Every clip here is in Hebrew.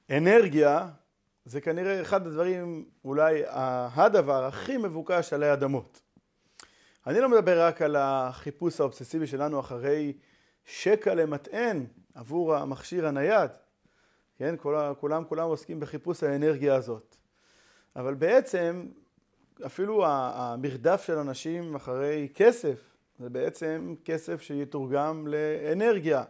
אנרגיה זה כנראה אחד הדברים, אולי הדבר הכי מבוקש עלי אדמות. אני לא מדבר רק על החיפוש האובססיבי שלנו אחרי שקע למטען עבור המכשיר הנייד. כן, כולם עוסקים בחיפוש האנרגיה הזאת. אבל בעצם, אפילו המרדף של אנשים אחרי כסף, זה בעצם כסף שיתורגם לאנרגיה.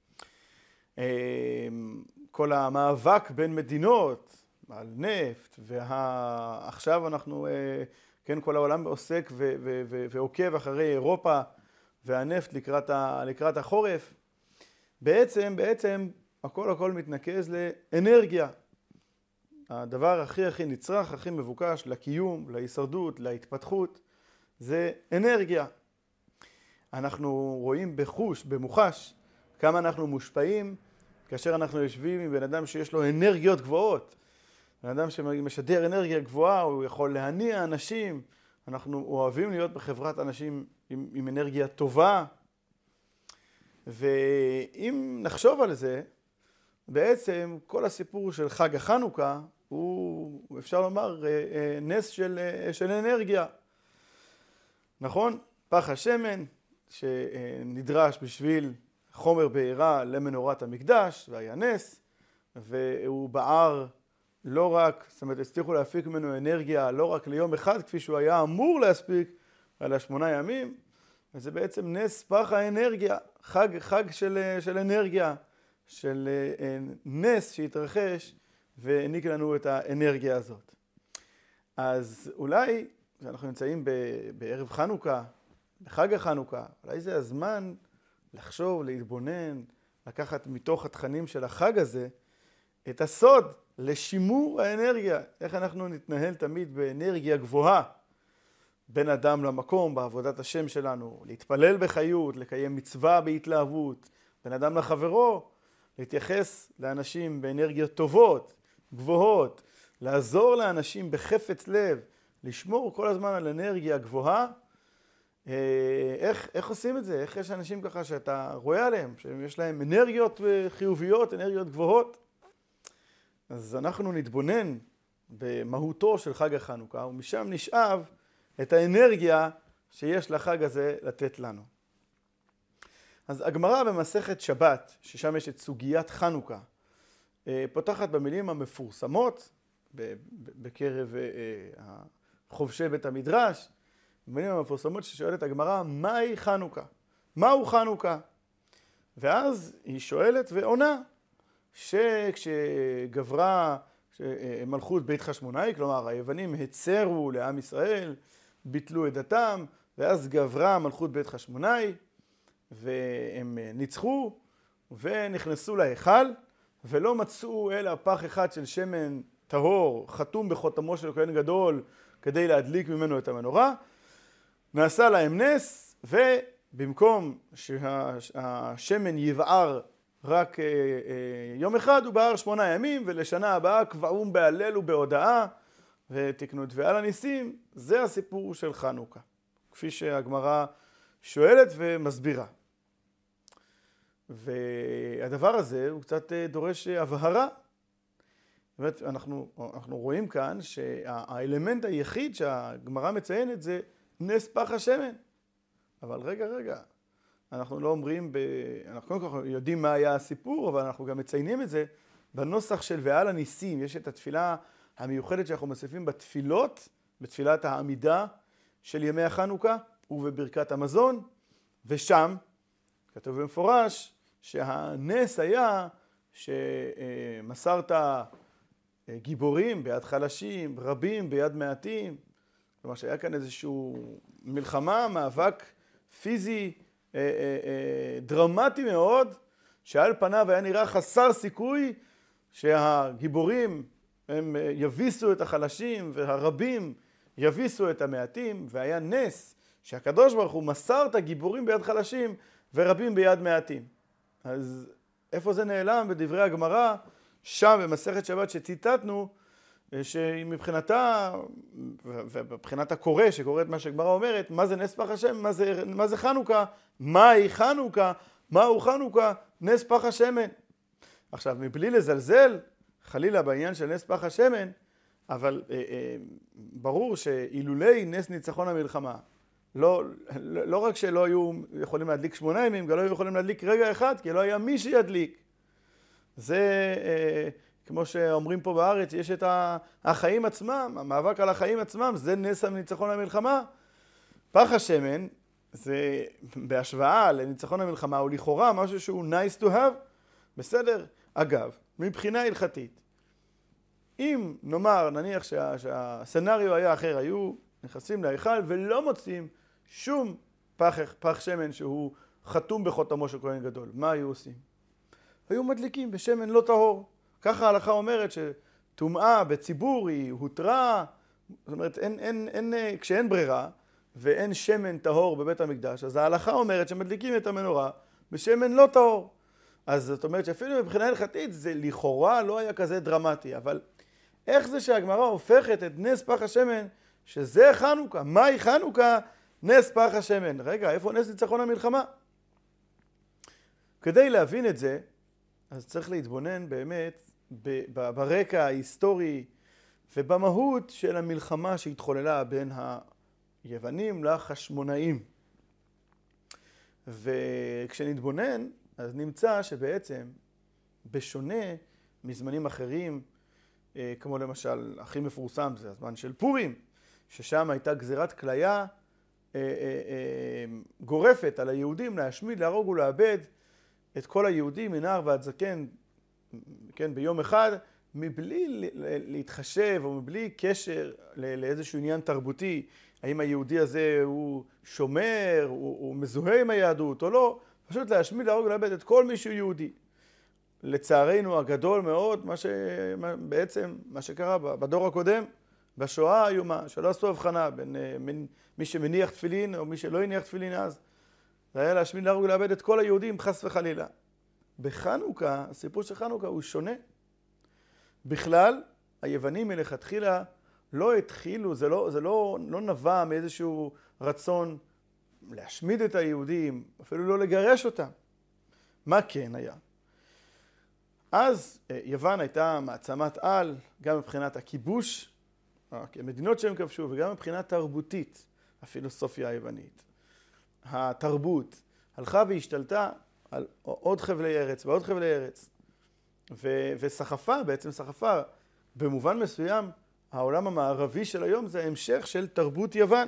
כל המאבק בין מדינות על נפט, ועכשיו אנחנו, כן, כל העולם עוסק ועוקב אחרי אירופה והנפט לקראת החורף. בעצם הכל מתנקז לאנרגיה. הדבר הכי נצרך, הכי מבוקש לקיום, להישרדות, להתפתחות, זה אנרגיה. אנחנו רואים במוחש, כמה אנחנו מושפעים כאשר אנחנו יושבים עם בן אדם שיש לו אנרגיות גבוהות. בן אדם שמשדר אנרגיה גבוהה, הוא יכול להניע אנשים. אנחנו אוהבים להיות בחברת אנשים עם אנרגיה טובה. ואם נחשוב על זה, בעצם כל הסיפור של חג החנוכה הוא, אפשר לומר, נס של אנרגיה. נכון? פח השמן שנדרש בשביל חומר בעירה למנורת המקדש, והיה נס, והוא בער לא רק, זאת אומרת, הצליחו להפיק ממנו אנרגיה לא רק ליום אחד, כפי שהוא היה אמור להספיק, אלא 8 ימים, וזה בעצם נס פח האנרגיה, חג של אנרגיה, של נס שהתרחש והעניק לנו את האנרגיה הזאת. אז אולי, כשאנחנו נמצאים בערב חנוכה, בחג החנוכה, אולי זה הזמן לחשוב, להתבונן, לקחת מתוך התכנים של החג הזה, את הסוד לשימור האנרגיה. איך אנחנו נתנהל תמיד באנרגיה גבוהה, בין אדם למקום, בעבודת השם שלנו, להתפלל בחיות, לקיים מצווה בהתלהבות, בין אדם לחברו, להתייחס לאנשים באנרגיות טובות, גבוהות, לעזור לאנשים בחפץ לב, לשמור כל הזמן על אנרגיה גבוהה. איך עושים את זה? איך יש אנשים ככה שאתה רואה עליהם, שיש להם אנרגיות חיוביות, אנרגיות גבוהות? אז אנחנו נתבונן במהותו של חג החנוכה, ומשם נשאב את האנרגיה שיש לחג הזה לתת לנו. אז הגמרא במסכת שבת, ששם יש את סוגיית חנוכה, פותחת במילים המפורסמות בקרב חובשי בית המדרש, במילים המפורסמות ששואלת הגמרא, מהי חנוכה? מהו חנוכה? ואז היא שואלת ועונה, שכשגברה מלכות בית חשמונאי, כלומר היוונים הצרו לעם ישראל, ביטלו את דתם, ואז גברה מלכות בית חשמונאי, והם ניצחו ונכנסו להיכל, ולא מצאו אלא פח אחד של שמן טהור, חתום בחותמו של כהן גדול, כדי להדליק ממנו את המנורה. נעשה להם נס, ובמקום שהשמן יבער רק יום אחד, הוא בער 8 ימים, ולשנה הבאה קבעום בהלל ובהודאה, ותקנו תביעה לניסים. זה הסיפור של חנוכה, כפי שהגמרא שואלת ומסבירה. והדבר הזה הוא קצת דורש הבהרה. באמת, אנחנו רואים כאן שהאלמנט היחיד שהגמרא מציינת זה נס פח השמן. אבל רגע, אנחנו לא אומרים, אנחנו קודם כל יודעים מה היה הסיפור, אבל אנחנו גם מציינים את זה בנוסח של ועל הניסים. יש את התפילה המיוחדת שאנחנו מוסיפים בתפילות, בתפילת העמידה של ימי החנוכה ובברכת המזון, ושם כתוב במפורש שהנס היה שמסרת גיבורים ביד חלשים, רבים ביד מעטים. כלומר שהיה כאן איזשהו מלחמה, מאבק פיזי דרמטי מאוד, שעל פניו היה נראה חסר סיכוי שהגיבורים הם יביסו את החלשים והרבים יביסו את המעטים, והיה נס שהקדוש ברוך הוא מסר את הגיבורים ביד חלשים ורבים ביד מעטים. אז איפה זה נעלם בדברי הגמרא? שם במסכת שבת שציטטנו, שמבחינתה, ובבחינת הקורא שקורא את מה שהגמרא אומרת, מה זה נס פח השמן? מה זה חנוכה? מהי חנוכה? מהו חנוכה? נס פח השמן. עכשיו, מבלי לזלזל, חלילה בעניין של נס פח השמן, אבל ברור שאילולי נס ניצחון המלחמה, לא רק שלא היו יכולים להדליק 8 ימים, גם לא היו יכולים להדליק רגע אחד, כי לא היה מי שידליק. זה, כמו שאומרים פה בארץ, יש את החיים עצמם, המאבק על החיים עצמם, זה נס הניצחון המלחמה. פח השמן, זה בהשוואה לניצחון המלחמה, הוא לכאורה משהו שהוא nice to have, בסדר? אגב, מבחינה הלכתית, אם נאמר, נניח שהסצנריו היה אחר, היו נכנסים להיכל ולא מוצאים שום פח שמן שהוא חתום בחותמו של כהן גדול, מה היו עושים? היו מדליקים בשמן לא טהור. ככה ההלכה אומרת שטומאה בציבור היא הותרה, זאת אומרת, כשאין ברירה ואין שמן טהור בבית המקדש, אז ההלכה אומרת שמדליקים את המנורה בשמן לא טהור. אז זאת אומרת שאפילו מבחינה הלכתית זה לכאורה לא היה כזה דרמטי, אבל איך זה שהגמרא הופכת את נס פח השמן, שזה חנוכה? מהי חנוכה? נס פח השמן. רגע, איפה נס ניצחון המלחמה? כדי להבין את זה, אז צריך להתבונן באמת ברקע ההיסטורי ובמהות של המלחמה שהתחוללה בין היוונים לחשמונאים. וכשנתבונן, אז נמצא שבעצם בשונה מזמנים אחרים, כמו למשל, הכי מפורסם זה הזמן של פורים, ששם הייתה גזירת כליה גורפת על היהודים להשמיד, להרוג ולאבד את כל היהודים מנער ועד זקן, כן, ביום אחד, מבלי להתחשב או מבלי קשר לאיזשהו עניין תרבותי, האם היהודי הזה הוא שומר, הוא מזוהה עם היהדות או לא, פשוט להשמיד, להרוג ולאבד את כל מי שהוא יהודי. לצערנו הגדול מאוד, בעצם מה שקרה בדור הקודם, בשואה האיומה, שלא עשו הבחנה בין מי שמניח תפילין או מי שלא הניח תפילין אז, זה היה להשמיד, להרוג ולאבד את כל היהודים חס וחלילה. בחנוכה, הסיפור של חנוכה הוא שונה. בכלל, היוונים מלכתחילה לא התחילו, זה לא נבע מאיזשהו רצון להשמיד את היהודים, אפילו לא לגרש אותם. מה כן היה? אז יוון הייתה מעצמת על, גם מבחינת הכיבוש, המדינות שהם כבשו, וגם מבחינה תרבותית, הפילוסופיה היוונית. התרבות הלכה והשתלטה על עוד חבלי ארץ ועוד חבלי ארץ. וסחפה, בעצם סחפה, במובן מסוים, העולם המערבי של היום זה המשך של תרבות יוון.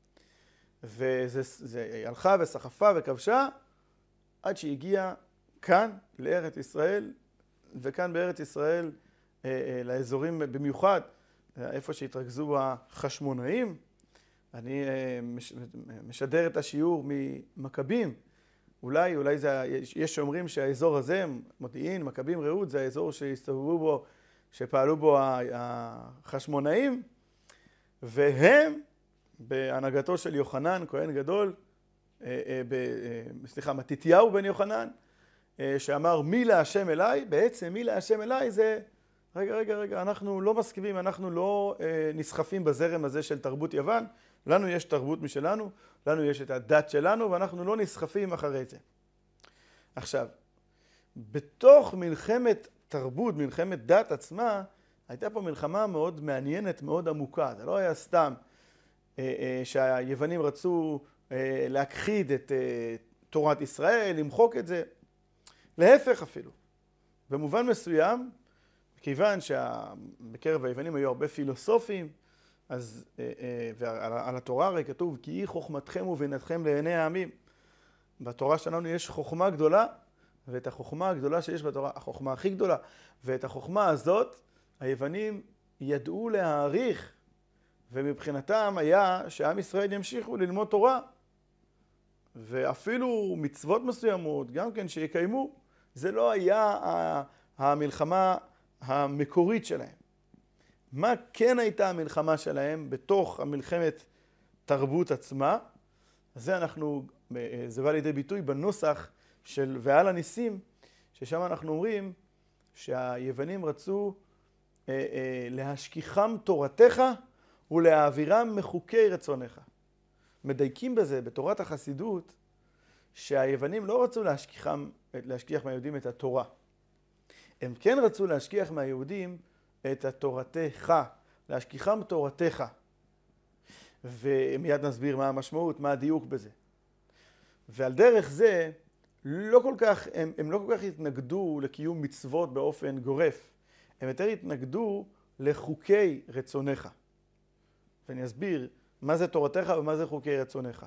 וזה הלכה וסחפה וכבשה, עד שהגיעה כאן, לארץ ישראל, וכאן בארץ ישראל, לאזורים במיוחד, איפה שהתרכזו החשמונאים. אני משדר את השיעור ממכבים. אולי זה, יש שאומרים שהאזור הזה, מודיעין, מכבים, רעות, זה האזור שהסתובבו בו, שפעלו בו החשמונאים, והם, בהנהגתו של יוחנן, כהן גדול, מתתיהו בן יוחנן, שאמר מי להשם אליי, בעצם מי להשם אליי זה, רגע, אנחנו לא מסכימים, אנחנו לא נסחפים בזרם הזה של תרבות יוון, לנו יש תרבות משלנו, לנו יש את הדת שלנו, ואנחנו לא נסחפים אחרי זה. עכשיו, בתוך מלחמת תרבות, מלחמת דת עצמה, הייתה פה מלחמה מאוד מעניינת, מאוד עמוקה. זה לא היה סתם שהיוונים רצו להכחיד את תורת ישראל, למחוק את זה. להפך אפילו. במובן מסוים, כיוון שבקרב היוונים היו הרבה פילוסופים, אז על התורה הרי כתוב, כי היא חוכמתכם ובינתכם לעיני העמים. בתורה שלנו יש חוכמה גדולה, ואת החוכמה הגדולה שיש בתורה, החוכמה הכי גדולה, ואת החוכמה הזאת, היוונים ידעו להעריך, ומבחינתם היה שעם ישראל ימשיכו ללמוד תורה, ואפילו מצוות מסוימות, גם כן שיקיימו, זה לא היה המלחמה המקורית שלהם. מה כן הייתה המלחמה שלהם בתוך המלחמת תרבות עצמה? זה בא לידי ביטוי בנוסח של ועל הניסים, ששם אנחנו אומרים שהיוונים רצו להשכיחם תורתך ולהעבירם מחוקי רצונך. מדייקים בזה בתורת החסידות שהיוונים לא רצו להשכיח מהיהודים את התורה, הם כן רצו להשכיח מהיהודים את התורתך, להשכיחם תורתך. ומיד נסביר מה המשמעות, מה הדיוק בזה. ועל דרך זה, הם לא כל כך התנגדו לקיום מצוות באופן גורף. הם יותר התנגדו לחוקי רצונך. ואני אסביר מה זה תורתך ומה זה חוקי רצונך.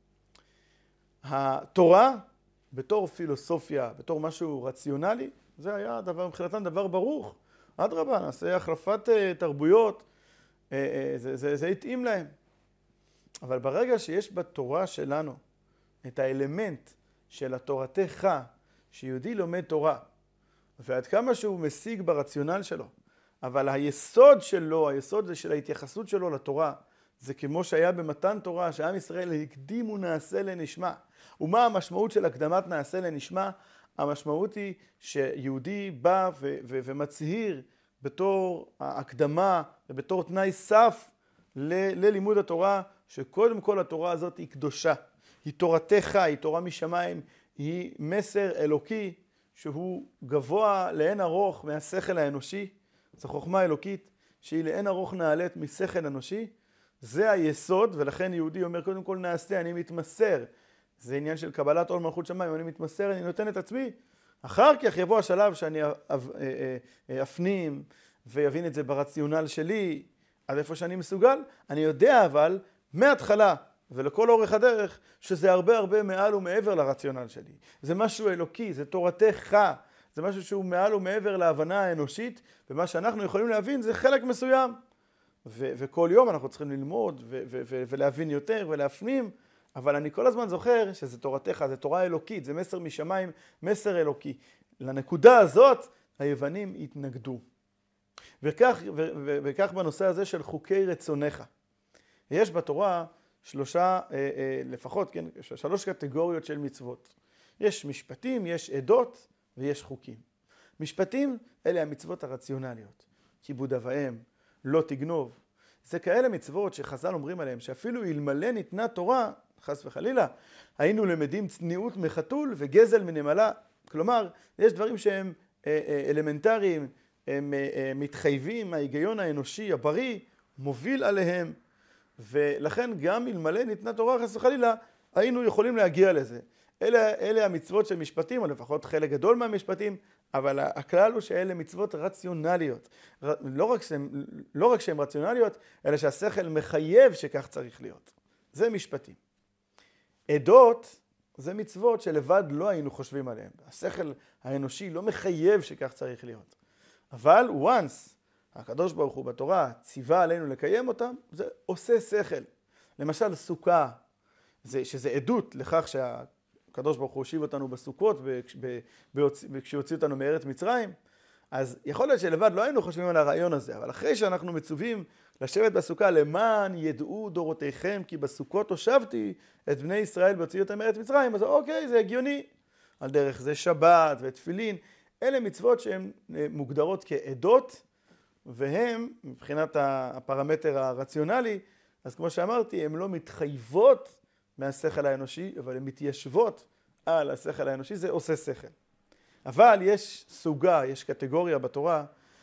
התורה, בתור פילוסופיה, בתור משהו רציונלי, זה היה מבחינתם דבר ברוך. אדרבה, נעשה החלפת תרבויות, זה התאים להם. אבל ברגע שיש בתורה שלנו את האלמנט של התורתך, שיהודי לומד תורה, ועד כמה שהוא משיג ברציונל שלו, אבל היסוד שלו, היסוד של ההתייחסות שלו לתורה, זה כמו שהיה במתן תורה, שעם ישראל הקדים ונעשה לנשמה. ומה המשמעות של הקדמת נעשה לנשמה? המשמעות היא שיהודי בא ומצהיר בתור ההקדמה ובתור תנאי סף ללימוד התורה, שקודם כל התורה הזאת היא קדושה. היא תורתך, היא תורה משמיים, היא מסר אלוקי שהוא גבוה לאין ארוך מהשכל האנושי. זו חוכמה אלוקית שהיא לאין ארוך נעלית משכל אנושי. זה היסוד, ולכן יהודי אומר קודם כל נעשה, אני מתמסר. זה עניין של קבלת עול מלכות שמיים, אני מתמסר, אני נותן את עצמי. אחר כך יבוא השלב שאני אפנים ויבין את זה ברציונל שלי, עד איפה שאני מסוגל. אני יודע אבל מההתחלה ולכל אורך הדרך שזה הרבה מעל ומעבר לרציונל שלי. זה משהו אלוקי, זה תורתך, זה משהו שהוא מעל ומעבר להבנה האנושית, ומה שאנחנו יכולים להבין זה חלק מסוים. וכל יום אנחנו צריכים ללמוד ולהבין יותר ולהפנים, אבל אני כל הזמן זוכר שזה תורתך, זה תורה אלוקית, זה מסר משמיים, מסר אלוקי. לנקודה הזאת היוונים התנגדו. וכך בנושא הזה של חוקי רצונך. יש בתורה לפחות, כן, 3 קטגוריות של מצוות. יש משפטים, יש עדות ויש חוקים. משפטים אלה המצוות הרציונליות. כיבוד אב ואם, לא תגנוב. זה כאלה מצוות שחז"ל אומרים עליהם שאפילו אלמלא ניתנה תורה, חס וחלילה, היינו למדים צניעות מחתול וגזל מנמלה. כלומר, יש דברים שהם אלמנטריים, הם מתחייבים, ההיגיון האנושי הבריא מוביל עליהם, ולכן גם אלמלא ניתנה תורה חס וחלילה, היינו יכולים להגיע לזה. אלה המצוות של משפטים, או לפחות חלק גדול מהמשפטים, אבל הכלל הוא שאלה מצוות רציונליות. לא רק שהן רציונליות, אלא שהשכל מחייב שכך צריך להיות. זה משפטים. עדות זה מצוות שלבד לא היינו חושבים עליהן. השכל האנושי לא מחייב שכך צריך להיות. אבל once הקדוש ברוך הוא בתורה ציווה עלינו לקיים אותם, זה עושה שכל. למשל סוכה, שזה עדות לכך שהקדוש ברוך הוא הושיב אותנו בסוכות כשהוציא אותנו מארץ מצרים, אז יכול להיות שלבד לא היינו חושבים על הרעיון הזה, אבל אחרי שאנחנו מצווים לשבת בסוכה, למען ידעו דורותיכם כי בסוכות הושבתי את בני ישראל בהוציא אותם מארץ מצרים, אז אוקיי, זה הגיוני. על דרך זה שבת ותפילין, אלה מצוות שהן מוגדרות כעדות, והם, מבחינת הפרמטר הרציונלי, אז כמו שאמרתי, הן לא מתחייבות מהשכל האנושי, אבל הן מתיישבות על השכל האנושי, זה עושה שכל. אבל יש סוגה, יש קטגוריה בתורה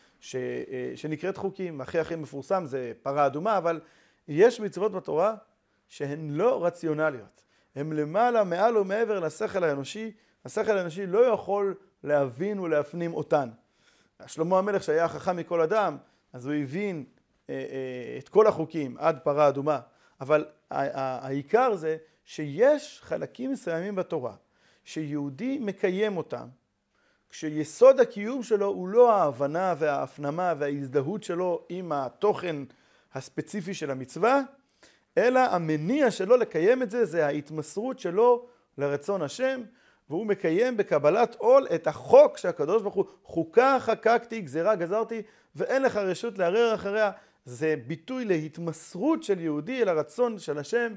שנקראת חוקים. הכי מפורסם זה פרה אדומה, אבל יש מצוות בתורה שהן לא רציונליות. הן למעלה, מעל ומעבר לשכל האנושי. השכל האנושי לא יכול להבין ולהפנים אותן. שלמה המלך שהיה חכם מכל אדם, אז הוא הבין את כל החוקים עד פרה אדומה. אבל העיקר זה שיש חלקים מסוימים בתורה שיהודי מקיים אותם, כשיסוד הקיום שלו הוא לא ההבנה וההפנמה וההזדהות שלו עם התוכן הספציפי של המצווה, אלא המניע שלו לקיים את זה, זה ההתמסרות שלו לרצון השם, והוא מקיים בקבלת עול את החוק שהקדוש ברוך הוא, חוקה חקקתי, גזירה גזרתי, ואין לך רשות לערער אחריה. זה ביטוי להתמסרות של יהודי אל הרצון של השם,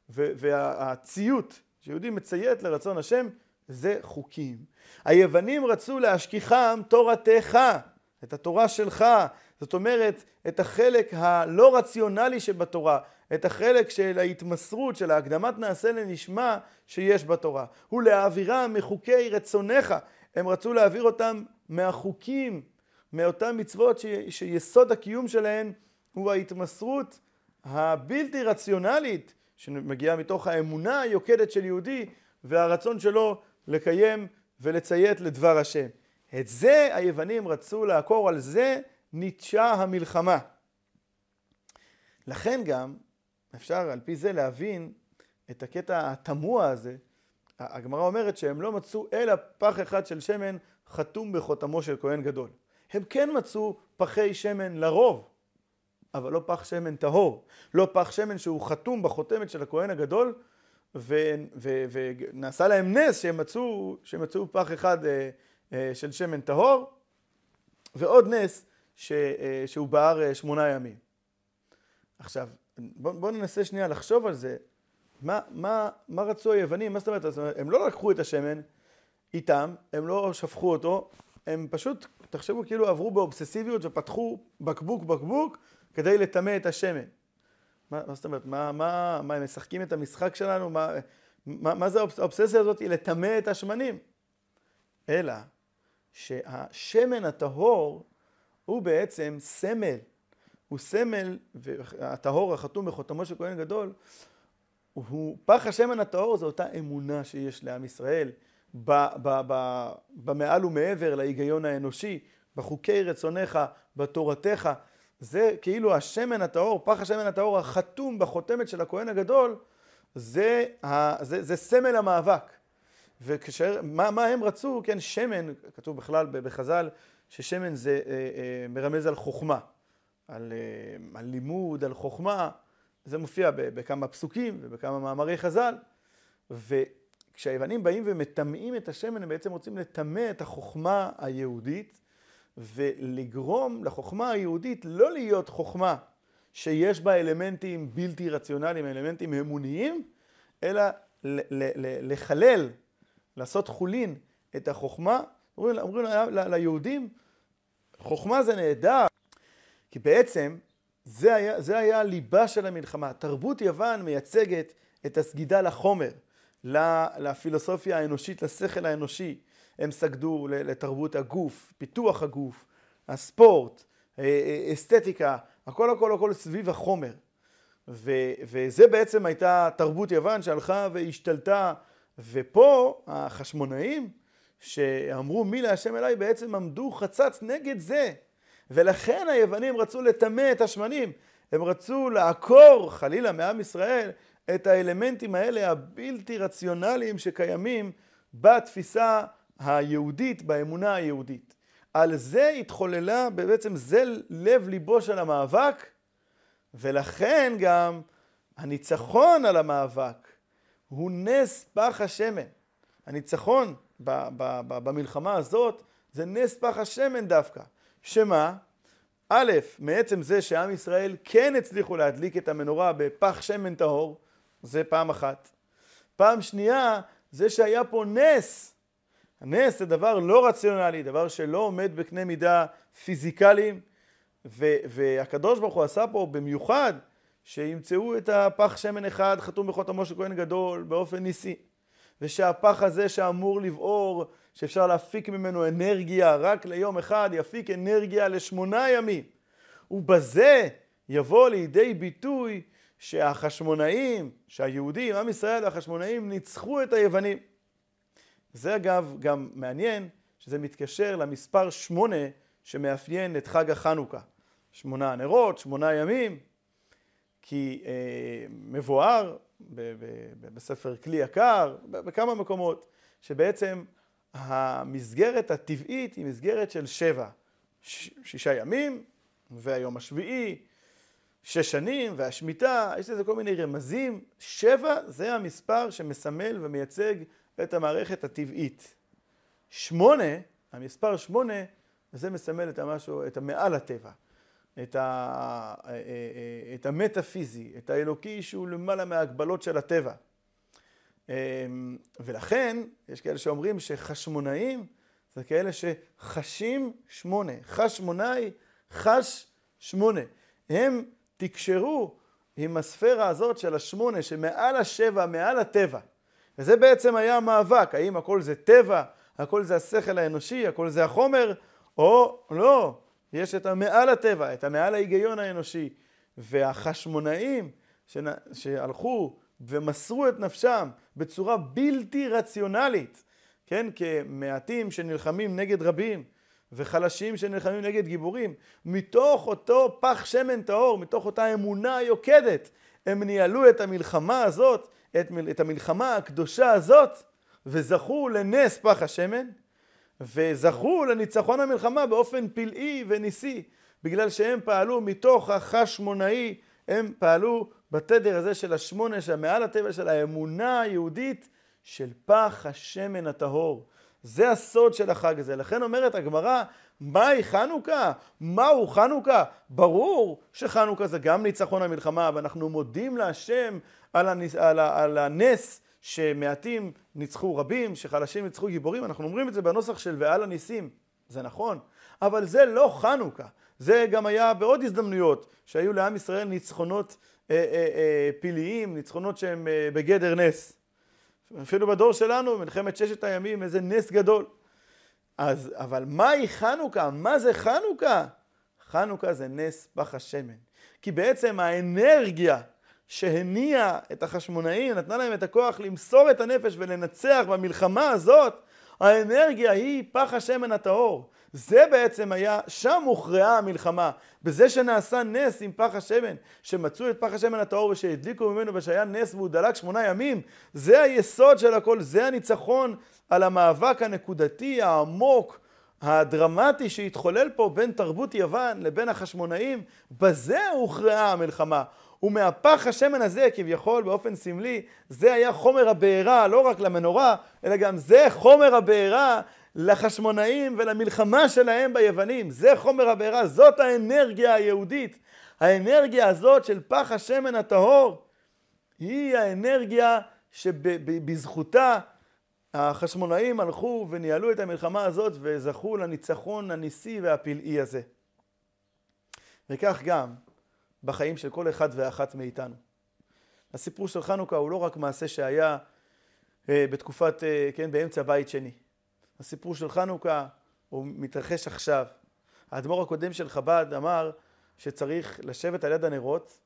והציות שיהודי מציית לרצון השם, זה חוקים. היוונים רצו להשכיחם תורתך, את התורה שלך, זאת אומרת, את החלק הלא רציונלי שבתורה, את החלק של ההתמסרות, של ההקדמת נעשה לנשמה שיש בתורה. הוא להעבירה מחוקי רצונך. הם רצו להעביר אותם מהחוקים, מאותן מצוות שיסוד הקיום שלהן הוא ההתמסרות הבלתי רציונלית, שמגיעה מתוך האמונה היוקדת של יהודי, והרצון שלו לקיים ולציית לדבר השם. את זה היוונים רצו לעקור, על זה ניטשה המלחמה. לכן גם אפשר על פי זה להבין את הקטע התמוה הזה. הגמרא אומרת שהם לא מצאו אלא פח אחד של שמן חתום בחותמו של כהן גדול. הם כן מצאו פחי שמן לרוב, אבל לא פח שמן טהור. לא פח שמן שהוא חתום בחותמת של הכהן הגדול, ונעשה להם נס שהם מצאו פח אחד של שמן טהור, ועוד נס שהוא בער 8 ימים. עכשיו, בואו ננסה שנייה לחשוב על זה. מה רצו היוונים? מה זאת אומרת? הם לא לקחו את השמן איתם, הם לא שפכו אותו, הם פשוט, תחשבו, כאילו עברו באובססיביות ופתחו בקבוק כדי לטמא את השמן. מה זאת אומרת? מה הם משחקים את המשחק שלנו? מה זה האובססיה הזאת? היא לטמא את השמנים. אלא שהשמן הטהור הוא בעצם סמל. הוא סמל, והטהור החתום בחותמו של כהן גדול, פח השמן הטהור זה אותה אמונה שיש לעם ישראל, במעל ומעבר להיגיון האנושי, בחוקי רצונך, בתורתך. זה כאילו השמן הטהור, פח השמן הטהור החתום בחותמת של הכהן הגדול, זה סמל המאבק. מה הם רצו? כן, שמן, כתוב בכלל בחז"ל, ששמן זה מרמז על חוכמה, על לימוד, על חוכמה. זה מופיע בכמה פסוקים ובכמה מאמרי חז"ל. וכשהיוונים באים ומטמאים את השמן, הם בעצם רוצים לטמא את החוכמה היהודית, ולגרום לחוכמה היהודית לא להיות חוכמה שיש בה אלמנטים בלתי רציונליים, אלמנטים אמוניים, אלא לחלל, לעשות חולין את החוכמה. אומרים ליהודים, חוכמה זה נהדר, כי בעצם זה היה ליבה של המלחמה. תרבות יוון מייצגת את הסגידה לחומר, לפילוסופיה האנושית, לשכל האנושי. הם סגדו לתרבות הגוף, פיתוח הגוף, הספורט, אסתטיקה, הכל סביב החומר. וזה בעצם הייתה תרבות יוון שהלכה והשתלטה. ופה החשמונאים שאמרו מי להשם אליי בעצם עמדו חצץ נגד זה. ולכן היוונים רצו לטמא את השמנים. הם רצו לעקור חלילה מעם ישראל את האלמנטים האלה הבלתי רציונליים שקיימים בתפיסה היהודית, באמונה היהודית. על זה התחוללה, בעצם זה לב ליבו של המאבק, ולכן גם הניצחון על המאבק הוא נס פח השמן. הניצחון במלחמה הזאת זה נס פח השמן דווקא. שמה? א', מעצם זה שעם ישראל כן הצליחו להדליק את המנורה בפח שמן טהור, זה פעם אחת. פעם שנייה, זה שהיה פה נס. הנס זה דבר לא רציונלי, דבר שלא עומד בקנה מידה פיזיקליים, והקדוש ברוך הוא עשה פה במיוחד שימצאו את הפח שמן אחד חתום בחותמו של כהן גדול באופן ניסי, ושהפח הזה שאמור לבעור, שאפשר להפיק ממנו אנרגיה רק ליום אחד, יפיק אנרגיה ל8 ימים. ובזה יבוא לידי ביטוי שהחשמונאים, שהיהודים, עם ישראל והחשמונאים ניצחו את היוונים. זה אגב גם מעניין שזה מתקשר למספר 8 שמאפיין את חג החנוכה. 8 נרות, 8 ימים, כי מבואר בספר כלי יקר, בכמה מקומות, שבעצם המסגרת הטבעית היא מסגרת של 7. 6 ימים, והיום השביעי, 6 שנים, והשמיטה, יש לזה כל מיני רמזים. 7 זה המספר שמסמל ומייצג את המערכת הטבעית. 8, המספר 8, זה מסמל את המשהו, את המעל הטבע, את המטאפיזי, את האלוקי שהוא למעלה מההגבלות של הטבע. ולכן יש כאלה שאומרים שחשמונאים זה כאלה שחשים 8, חשמונאי חש 8. הם תקשרו עם הספירה הזאת של 8 שמעל 7, מעל הטבע. וזה בעצם היה המאבק, האם הכל זה טבע, הכל זה השכל האנושי, הכל זה החומר, או לא, יש את המעל הטבע, את המעל ההיגיון האנושי. והחשמונאים שהלכו ומסרו את נפשם בצורה בלתי רציונלית, כן, כמעטים שנלחמים נגד רבים, וחלשים שנלחמים נגד גיבורים, מתוך אותו פח שמן טהור, מתוך אותה אמונה יוקדת, הם ניהלו את המלחמה הזאת, את המלחמה הקדושה הזאת, וזכו לנס פח השמן, וזכו לניצחון המלחמה באופן פלאי וניסי, בגלל שהם פעלו מתוך החשמונאי, הם פעלו בתדר הזה של השמונה, שמעל הטבע של האמונה היהודית של פח השמן הטהור. זה הסוד של החג הזה. לכן אומרת הגמרא, מהי חנוכה? מהו חנוכה? ברור שחנוכה זה גם ניצחון המלחמה, ואנחנו מודים להשם על הנס שמעטים ניצחו רבים, שחלשים ניצחו גיבורים. אנחנו אומרים את זה בנוסח של ועל הניסים. זה נכון, אבל זה לא חנוכה. זה גם היה בעוד הזדמנויות שהיו לעם ישראל ניצחונות פלאיים, ניצחונות שהם בגדר נס. אפילו בדור שלנו, מלחמת ששת הימים, איזה נס גדול. אבל מהי חנוכה? מה זה חנוכה? חנוכה זה נס פח השמן. כי בעצם האנרגיה שהניעה את החשמונאים, נתנה להם את הכוח למסור את הנפש ולנצח במלחמה הזאת, האנרגיה היא פח השמן הטהור. זה בעצם היה, שם הוכרעה המלחמה, בזה שנעשה נס עם פח השמן, שמצאו את פח השמן הטהור ושהדליקו ממנו ושהיה נס והוא דלק 8 ימים, זה היסוד של הכל, זה הניצחון על המאבק הנקודתי, העמוק, הדרמטי שהתחולל פה בין תרבות יוון לבין החשמונאים, בזה הוכרעה המלחמה. ומהפח השמן הזה, כביכול באופן סמלי, זה היה חומר הבעירה, לא רק למנורה, אלא גם זה חומר הבעירה לחשמונאים ולמלחמה שלהם ביוונים. זה חומר הבעירה, זאת האנרגיה היהודית. האנרגיה הזאת של פח השמן הטהור, היא האנרגיה שבזכותה החשמונאים הלכו וניהלו את המלחמה הזאת וזכו לניצחון הניסי והפלאי הזה. וכך גם בחיים של כל אחד ואחת מאיתנו. הסיפור של חנוכה הוא לא רק מעשה שהיה בתקופת, כן, באמצע בית שני. הסיפור של חנוכה הוא מתרחש עכשיו. האדמו"ר הקודם של חב"ד אמר שצריך לשבת על יד הנרות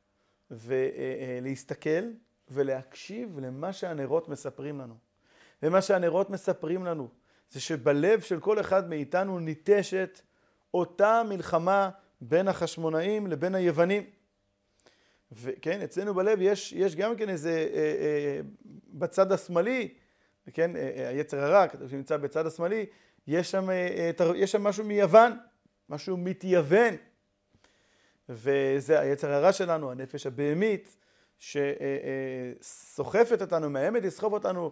ולהסתכל ולהקשיב למה שהנרות מספרים לנו. ומה שהנרות מספרים לנו זה שבלב של כל אחד מאיתנו ניטשת אותה מלחמה בין החשמונאים לבין היוונים. וכן, אצלנו בלב יש גם כן איזה, בצד השמאלי, כן, היצר הרע, שנמצא בצד השמאלי, יש שם משהו מיוון, משהו מתייוון. וזה היצר הרע שלנו, הנפש הבהמית, שסוחפת אותנו, מאיימת לסחוף אותנו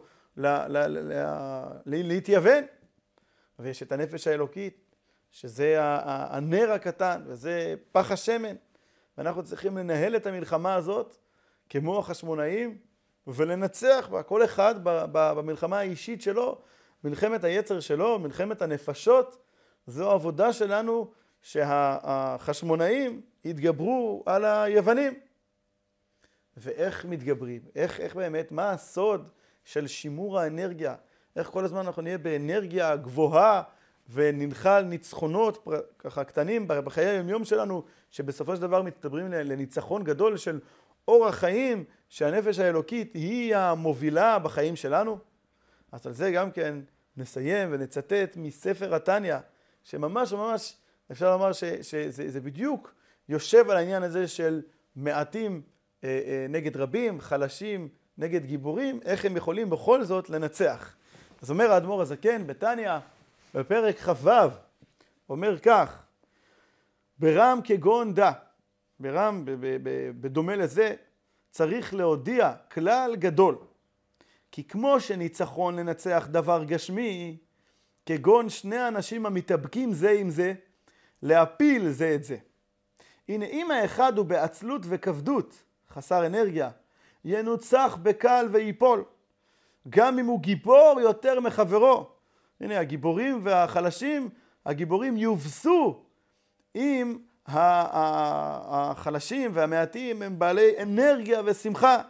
להתייוון. ויש את הנפש האלוקית, שזה הנר הקטן, וזה פח השמן. ואנחנו צריכים לנהל את המלחמה הזאת כמו החשמונאים, ולנצח בה, כל אחד במלחמה האישית שלו, מלחמת היצר שלו, מלחמת הנפשות. זו העבודה שלנו שהחשמונאים יתגברו על היוונים. ואיך מתגברים? איך באמת, מה הסוד של שימור האנרגיה? איך כל הזמן אנחנו נהיה באנרגיה גבוהה וננחל ניצחונות ככה קטנים בחיי היום-יום שלנו, שבסופו של דבר מתדברים לניצחון גדול של אורח חיים, שהנפש האלוקית היא המובילה בחיים שלנו. אז על זה גם כן נסיים ונצטט מספר התניא, שממש אפשר לומר שזה בדיוק יושב על העניין הזה של מעטים נגד רבים, חלשים נגד גיבורים, איך הם יכולים בכל זאת לנצח. אז אומר האדמו"ר הזקן בתניא, בפרק כ"ו, אומר כך, ברם כגון דא, ברם בדומה לזה, צריך להודיע כלל גדול, כי כמו שניצחון לנצח דבר גשמי, כגון שני אנשים המתאבקים זה עם זה, להפיל זה את זה. הנה אם האחד הוא בעצלות וכבדות, חסר אנרגיה, ינוצח בקל ויפול, גם אם הוא גיבור יותר מחברו. הנה הגיבורים והחלשים, הגיבורים יובסו אם החלשים והמעטים הם בעלי אנרגיה ושמחה.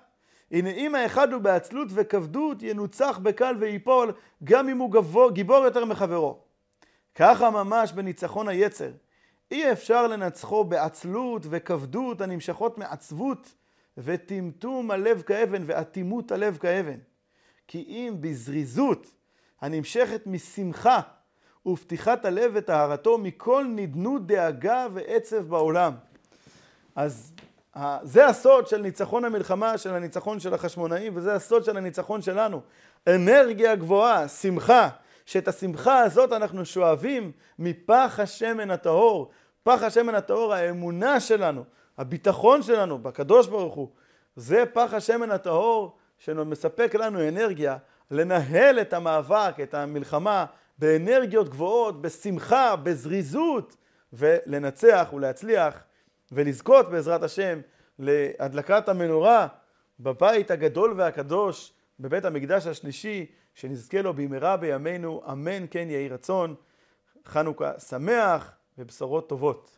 הנה אם האחד הוא בעצלות וכבדות, ינוצח בקל ויפול, גם אם הוא גיבור יותר מחברו. ככה ממש בניצחון היצר. אי אפשר לנצחו בעצלות וכבדות הנמשכות מעצבות, וטמטום הלב כאבן ואטימות הלב כאבן. כי אם בזריזות הנמשכת משמחה ופתיחת הלב וטהרתו מכל נדנות דאגה ועצב בעולם. אז זה הסוד של ניצחון המלחמה, של הניצחון של החשמונאים, וזה הסוד של הניצחון שלנו. אנרגיה גבוהה, שמחה, שאת השמחה הזאת אנחנו שואבים מפח השמן הטהור. פח השמן הטהור, האמונה שלנו, הביטחון שלנו בקדוש ברוך הוא. זה פח השמן הטהור שמספק לנו אנרגיה לנהל את המאבק, את המלחמה, באנרגיות גבוהות, בשמחה, בזריזות, ולנצח ולהצליח ולזכות בעזרת השם להדלקת המנורה בבית הגדול והקדוש, בבית המקדש השלישי, שנזכה לו במהרה בימינו, אמן כן יהי רצון. חנוכה שמח ובשורות טובות.